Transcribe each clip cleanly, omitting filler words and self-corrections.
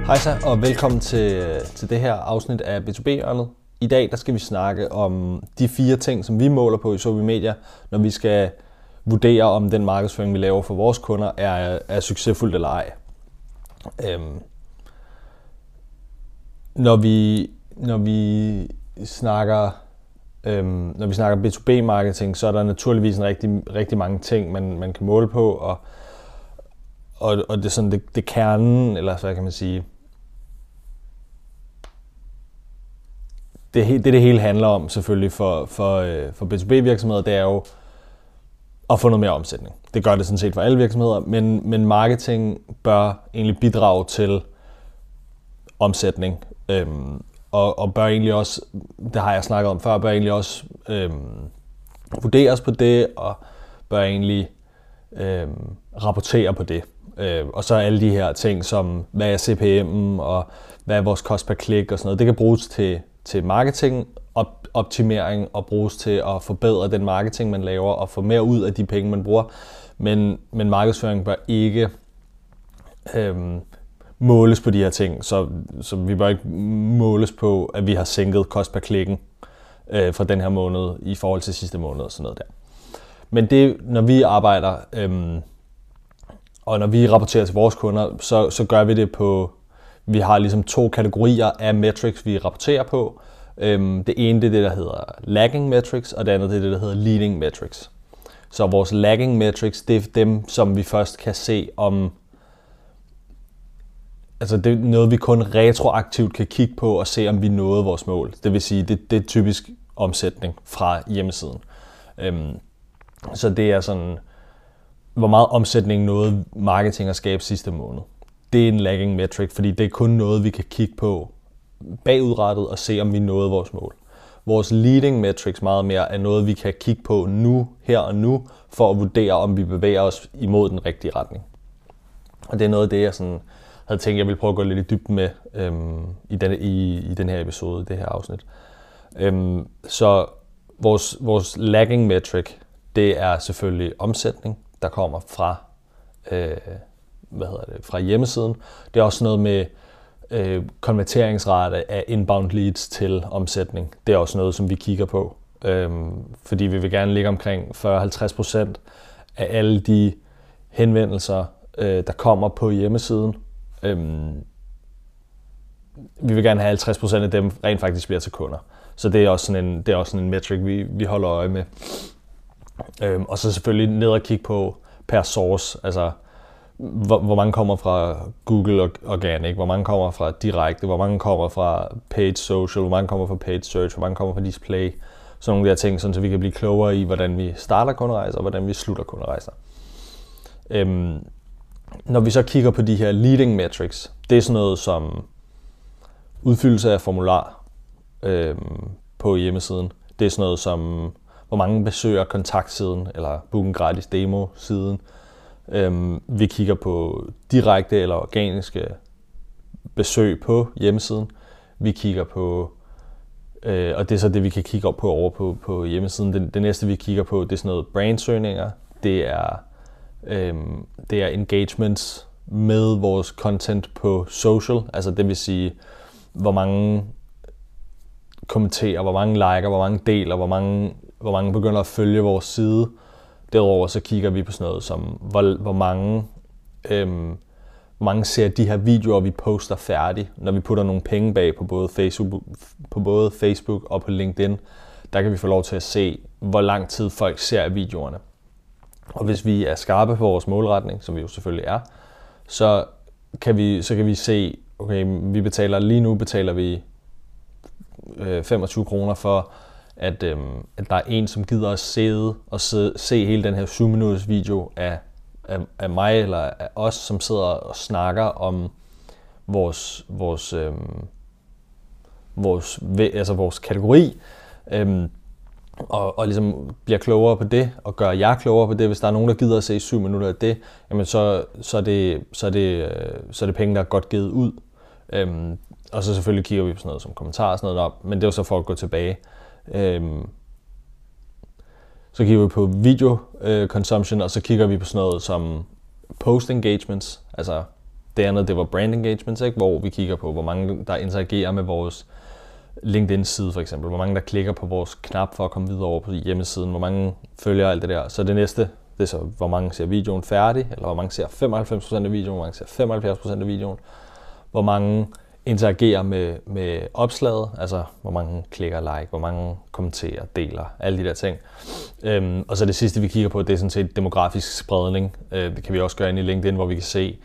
Hejsa og velkommen til det her afsnit af B2B-hjørnet. I dag der skal vi snakke om de 4 ting, som vi måler på i Sobi Media, når vi skal vurdere, om den markedsføring, vi laver for vores kunder, er succesfuldt eller ej. Når vi snakker B2B-marketing, så er der naturligvis rigtig mange ting, man kan måle på, og det er sådan det kernen, eller hvad kan man sige. Det hele handler om selvfølgelig for B2B-virksomheder, det er jo at få noget mere omsætning. Det gør det sådan set for alle virksomheder, men marketing bør egentlig bidrage til omsætning, og bør egentlig også, det har jeg snakket om før, bør egentlig også vurderes på det, og bør egentlig rapportere på det. Og så alle de her ting som, hvad er CPM'en, og hvad er vores kost per klik og sådan noget, det kan bruges til marketing, optimering og bruges til at forbedre den marketing, man laver, og få mere ud af de penge, man bruger. Men markedsføring bør ikke måles på de her ting, så vi bør ikke måles på, at vi har sænket kost per klikken fra den her måned i forhold til sidste måned og sådan noget der. Men det, når vi arbejder, og når vi rapporterer til vores kunder, så gør vi det på, vi har ligesom 2 kategorier af metrics, vi rapporterer på. Det ene det er det, der hedder lagging metrics, og det andet det er det, der hedder leading metrics. Så vores lagging metrics, det er dem, som vi først kan se om, altså det er noget, vi kun retroaktivt kan kigge på og se, om vi nåede vores mål. Det vil sige, det er typisk omsætning fra hjemmesiden. Så det er sådan, hvor meget omsætning nåede marketing at skabe sidste måned. Det er en lagging metric, fordi det er kun noget, vi kan kigge på bagudrettet og se, om vi nåede vores mål. Vores leading metrics meget mere er noget, vi kan kigge på nu, her og nu, for at vurdere, om vi bevæger os imod den rigtige retning. Og det er noget af det, jeg sådan havde tænkt, jeg ville prøve at gå lidt i dybden med i den her episode, det her afsnit. Så vores lagging metric, det er selvfølgelig omsætning, der kommer fra fra hjemmesiden. Det er også noget med konverteringsrate af inbound leads til omsætning. Det er også noget, som vi kigger på, fordi vi vil gerne ligge omkring 40-50% af alle de henvendelser, der kommer på hjemmesiden. Vi vil gerne have 50% af dem rent faktisk bliver til kunder. Så det er også sådan en metric, vi holder øje med. Og så selvfølgelig ned og kigge på per source, altså hvor mange kommer fra Google Organic, hvor mange kommer fra direkte, hvor mange kommer fra paid social, hvor mange kommer fra paid search, hvor mange kommer fra display. Sådan nogle der ting, så vi kan blive klogere i, hvordan vi starter kunderejser og hvordan vi slutter kunderejser. Når vi så kigger på de her leading metrics, det er sådan noget som udfyldelse af formular på hjemmesiden. Det er sådan noget som, hvor mange besøger kontaktsiden eller book en gratis demo-siden. Vi kigger på direkte eller organiske besøg på hjemmesiden. Vi kigger på, og det er så det, vi kan kigge op på over på hjemmesiden. Det næste, vi kigger på, det er sådan noget brandsøgninger. Det er engagements med vores content på social. Altså det vil sige, hvor mange kommenterer, hvor mange liker, hvor mange deler, hvor mange begynder at følge vores side. Derudover så kigger vi på sådan noget som, hvor mange ser de her videoer, vi poster færdig. Når vi putter nogle penge bag på både Facebook og på LinkedIn, der kan vi få lov til at se, hvor lang tid folk ser videoerne. Og hvis vi er skarpe på vores målretning, som vi jo selvfølgelig er, så kan vi se, okay, lige nu betaler vi 25 kroner for, at der er en, som gider at sidde og se hele den her 7 minutters video af mig eller af os, som sidder og snakker om vores kategori, og ligesom bliver klogere på det, og gør jer klogere på det. Hvis der er nogen, der gider at se 7 minutter af det, jamen så er det penge, der er godt givet ud. Og så selvfølgelig kigger vi på sådan noget som kommentarer og sådan noget op, men det er jo så for at gå tilbage. Så kigger vi på video consumption, og så kigger vi på sådan noget som post engagements, altså Det andet, det var brand engagements, ikke? Hvor vi kigger på, hvor mange der interagerer med vores LinkedIn-side for eksempel. Hvor mange der klikker på vores knap for at komme videre over på hjemmesiden. Hvor mange følger alt det der. Så det næste, det er så, hvor mange ser videoen færdig, eller hvor mange ser 95% af videoen, hvor mange ser 75% af videoen. Hvor mange interagerer med opslaget, altså hvor mange klikker like, hvor mange kommenterer, deler, alle de der ting. Og så det sidste, vi kigger på, det er sådan set demografisk spredning. Det kan vi også gøre inde i LinkedIn, hvor vi kan se,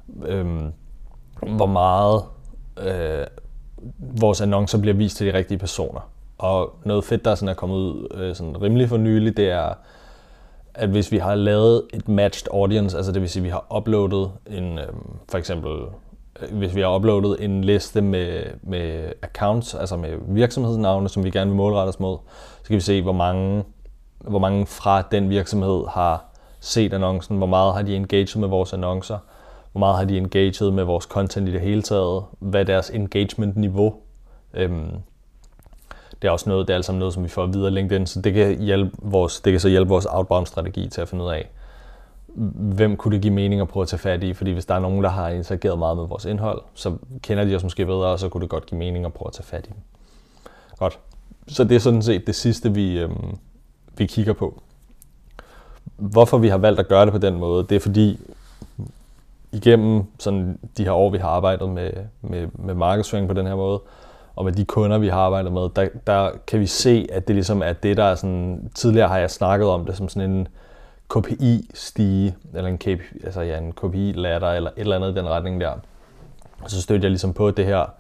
hvor meget vores annoncer bliver vist til de rigtige personer. Og noget fedt, der sådan er kommet ud sådan rimelig for nylig, det er, at hvis vi har lavet et matched audience, altså det vil sige, at vi har uploadet en, for eksempel, hvis vi har uploadet en liste med accounts, altså med virksomhedsnavne, som vi gerne vil målrette os mod, så kan vi se, hvor mange fra den virksomhed har set annoncen, hvor meget har de engageret med vores annoncer, hvor meget har de engageret med vores content i det hele taget, hvad er deres engagement-niveau. Det er også noget, det er alt sammen noget, som vi får videre LinkedIn, så det kan hjælpe vores outbound-strategi til at finde ud af, hvem kunne det give mening at prøve at tage fat i, fordi hvis der er nogen, der har interageret meget med vores indhold, så kender de os måske bedre, og så kunne det godt give mening at prøve at tage fat i dem. Godt. Så det er sådan set det sidste, vi kigger på. Hvorfor vi har valgt at gøre det på den måde, det er fordi, igennem sådan de her år, vi har arbejdet med markedsføring på den her måde, og med de kunder, vi har arbejdet med, der kan vi se, at det ligesom er det, der er sådan, tidligere har jeg snakket om det som sådan en KPI-stige, eller en KPI-ladder, eller et eller andet i den retning der. Og så stødte jeg ligesom på det her,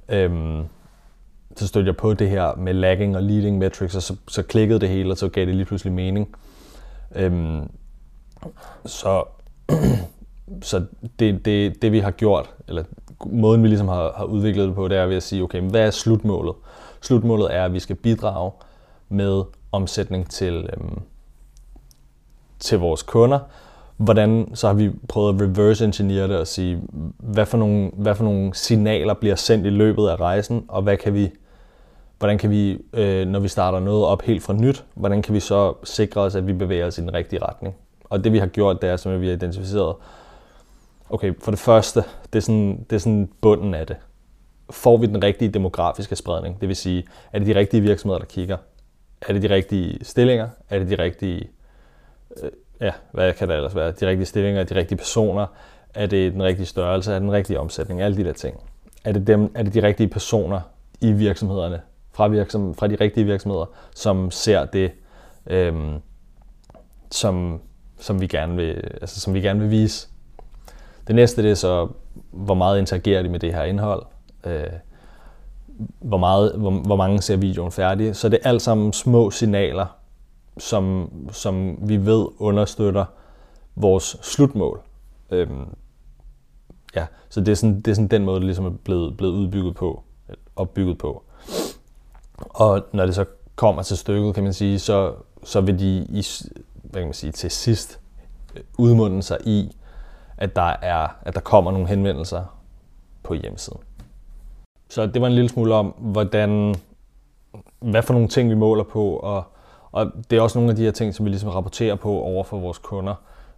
med lagging og leading metrics, og så klikkede det hele, og så gav det lige pludselig mening. Så det vi har gjort, eller måden vi ligesom har udviklet det på, det er ved at sige, okay, hvad er slutmålet? Slutmålet er, at vi skal bidrage med omsætning til vores kunder. Hvordan så har vi prøvet at reverse engineer det og sige, hvad for nogle signaler bliver sendt i løbet af rejsen, og hvordan kan vi, når vi starter noget op helt fra nyt, hvordan kan vi så sikre os, at vi bevæger os i den rigtige retning? Og det vi har gjort, det er, som vi har identificeret, okay, for det første, det er sådan bunden af det. Får vi den rigtige demografiske spredning? Det vil sige, er det de rigtige virksomheder, der kigger? Er det de rigtige stillinger? Er det de rigtige, hvad kan det ellers være? De rigtige stillinger, de rigtige personer? Er det den rigtige størrelse? Er det den rigtige omsætning? Alle de der ting. Er det de rigtige personer i virksomhederne, fra de rigtige virksomheder, som ser det, som vi gerne vil vise? Det næste, det er så, hvor meget interagerer de med det her indhold? Hvor mange ser videoen færdig? Så det er alt sammen små signaler, som vi ved understøtter vores slutmål. Så det er sådan den måde, det ligesom er blevet opbygget på. Og når det så kommer til stykket, kan man sige, så vil de til sidst udmunde sig i, at der kommer nogle henvendelser på hjemmesiden. Så det var en lille smule om, hvad for nogle ting vi måler på, og det er også nogle af de her ting, som vi ligesom rapporterer på over for vores kunder.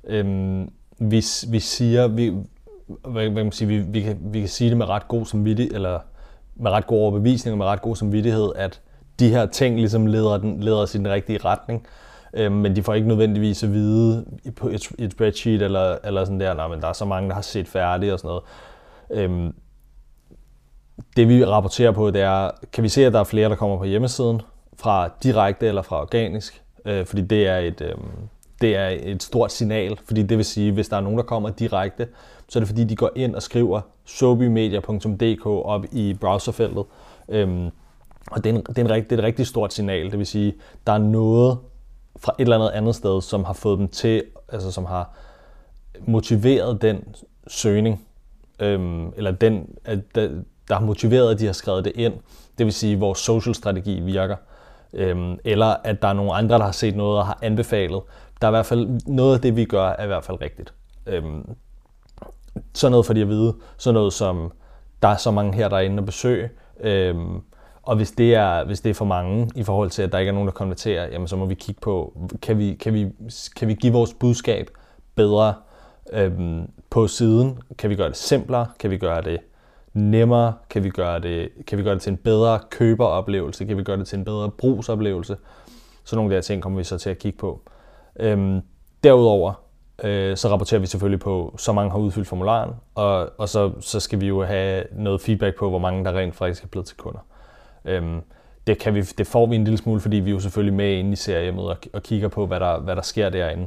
Vi siger, vi kan sige det med ret god samvittighed, eller med ret god overbevisning og med ret god samvittighed, at de her ting ligesom leder os i den rigtige retning. Men de får ikke nødvendigvis at vide på et spreadsheet eller sådan der, men der er så mange, der har set færdigt og sådan noget. Det vi rapporterer på, det er, kan vi se, at der er flere, der kommer på hjemmesiden fra direkte eller fra organisk? Fordi det er et stort signal, fordi det vil sige, hvis der er nogen, der kommer direkte, så er det fordi, de går ind og skriver sobimedia.dk op i browserfeltet. Og det er et rigtig stort signal, det vil sige, der er noget fra et eller andet sted, som har fået dem til, altså som har motiveret den søgning, eller der har motiveret, at de har skrevet det ind. Det vil sige, at vores social-strategi virker. Eller at der er nogle andre, der har set noget og har anbefalet. Der er i hvert fald noget af det, vi gør, er i hvert fald rigtigt. Sådan noget for de at vide. Sådan noget som, der er så mange her, der er inde og besøge. Og hvis det er for mange i forhold til, at der ikke er nogen, der konverterer, jamen så må vi kigge på, kan vi give vores budskab bedre På siden kan vi gøre det simplere, kan vi gøre det nemmere, kan vi gøre det til en bedre køberoplevelse, kan vi gøre det til en bedre brugsoplevelse. Så nogle af de her ting kommer vi så til at kigge på. Derudover så rapporterer vi selvfølgelig på, så mange har udfyldt formularen, og så skal vi jo have noget feedback på, hvor mange der rent faktisk er blevet til kunder. Det får vi en lille smule, fordi vi er jo selvfølgelig med inde i seriemødet og kigger på, hvad der sker derinde.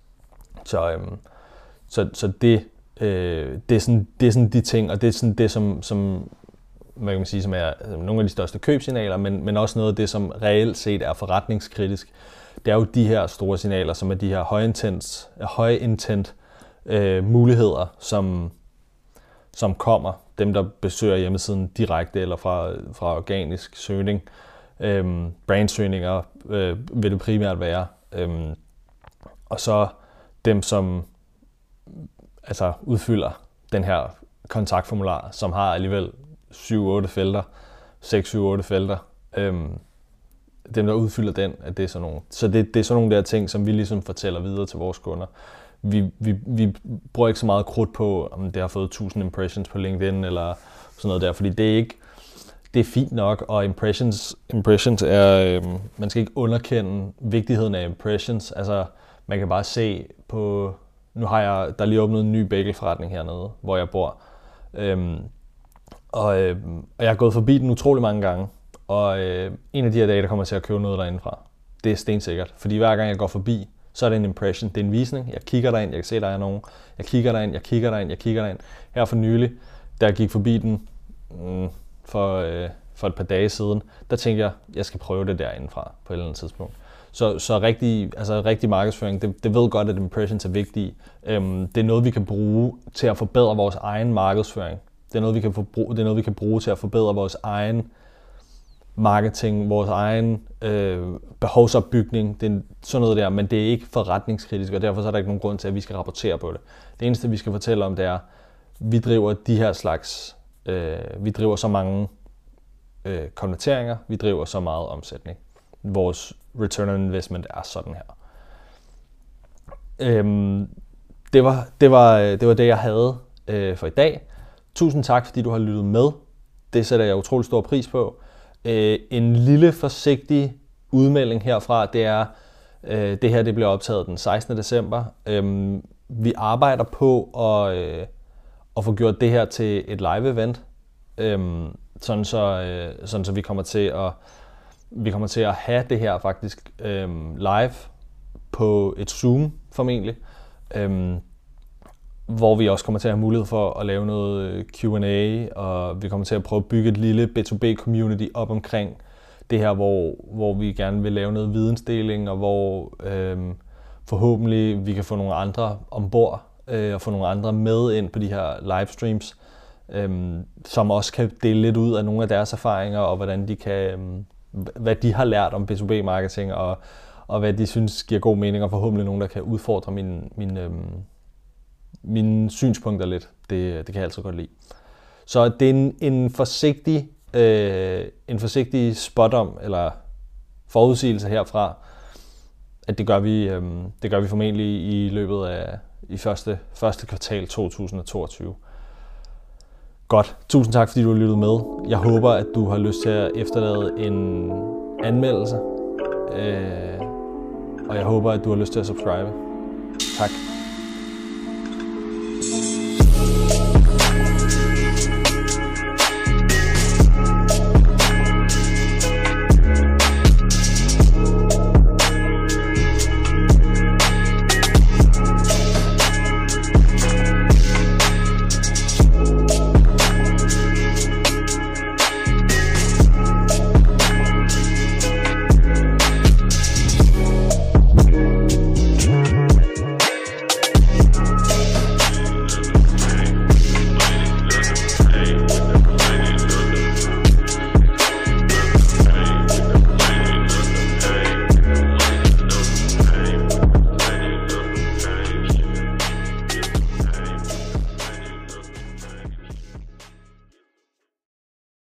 Så det er sådan de ting, og det er sådan det, som hvad kan man sige, som er nogle af de største købsignaler, men også noget af det, som reelt set er forretningskritisk. Det er jo de her store signaler, som er de her høj-intent muligheder, som kommer. Dem, der besøger hjemmesiden direkte eller fra organisk søgning. Brandsøgninger vil det primært være. Og så dem, som altså udfylder den her kontaktformular, som har alligevel 7-8 felter, 6-7-8 felter. Dem, der udfylder den, at det er sådan nogle. Så det er sådan nogle der ting, som vi ligesom fortæller videre til vores kunder. Vi bruger ikke så meget krudt på, om det har fået 1000 impressions på LinkedIn eller sådan noget der, fordi det er fint nok, og impressions er, man skal ikke underkende vigtigheden af impressions. Altså, man kan bare se på, nu har jeg, der lige åbnet en ny bagelforretning hernede, hvor jeg bor. Og jeg har gået forbi den utrolig mange gange, og en af de her dage, der kommer jeg til at købe noget derindefra. Det er stensikkert, fordi hver gang jeg går forbi, så er det en impression, det er en visning. Jeg kigger derind, jeg kan se, der er nogen. Jeg kigger derind. Her for nylig, da jeg gik forbi den for et par dage siden, der tænkte jeg skal prøve det derindefra på et eller andet tidspunkt. Så rigtig markedsføring, det ved godt, at impressions er vigtige. Det er noget, vi kan bruge til at forbedre vores egen markedsføring. Det er noget, vi kan bruge til at forbedre vores egen marketing, vores egen behovsopbygning, det er sådan noget der, men det er ikke forretningskritisk, og derfor så er der ikke nogen grund til, at vi skal rapportere på det. Det eneste, vi skal fortælle om, det er, vi driver de her slags, vi driver så mange konverteringer, vi driver så meget omsætning. Vores return on investment er sådan her. Det var det, jeg havde for i dag. Tusind tak, fordi du har lyttet med. Det sætter jeg utrolig stor pris på. En lille forsigtig udmelding herfra, det er, det her det bliver optaget den 16. december. Vi arbejder på at få gjort det her til et live-event, sådan så vi kommer til at have det her faktisk live på et Zoom formentlig, hvor vi også kommer til at have mulighed for at lave noget Q&A, og vi kommer til at prøve at bygge et lille B2B-community op omkring det her, hvor vi gerne vil lave noget vidensdeling, og hvor forhåbentlig vi kan få nogle andre ombord, og få nogle andre med ind på de her livestreams, som også kan dele lidt ud af nogle af deres erfaringer, og hvordan de kan, hvad de har lært om B2B-marketing, og hvad de synes giver god mening, og forhåbentlig nogen, der kan udfordre mine synspunkter lidt. Det kan jeg altid godt lide. Så det er en forsigtig spot om, eller forudsigelse herfra, at det gør vi formentlig i løbet af første kvartal 2022. Godt. Tusind tak, fordi du har lyttet med. Jeg håber, at du har lyst til at efterlade en anmeldelse. Og jeg håber, at du har lyst til at subscribe. Tak.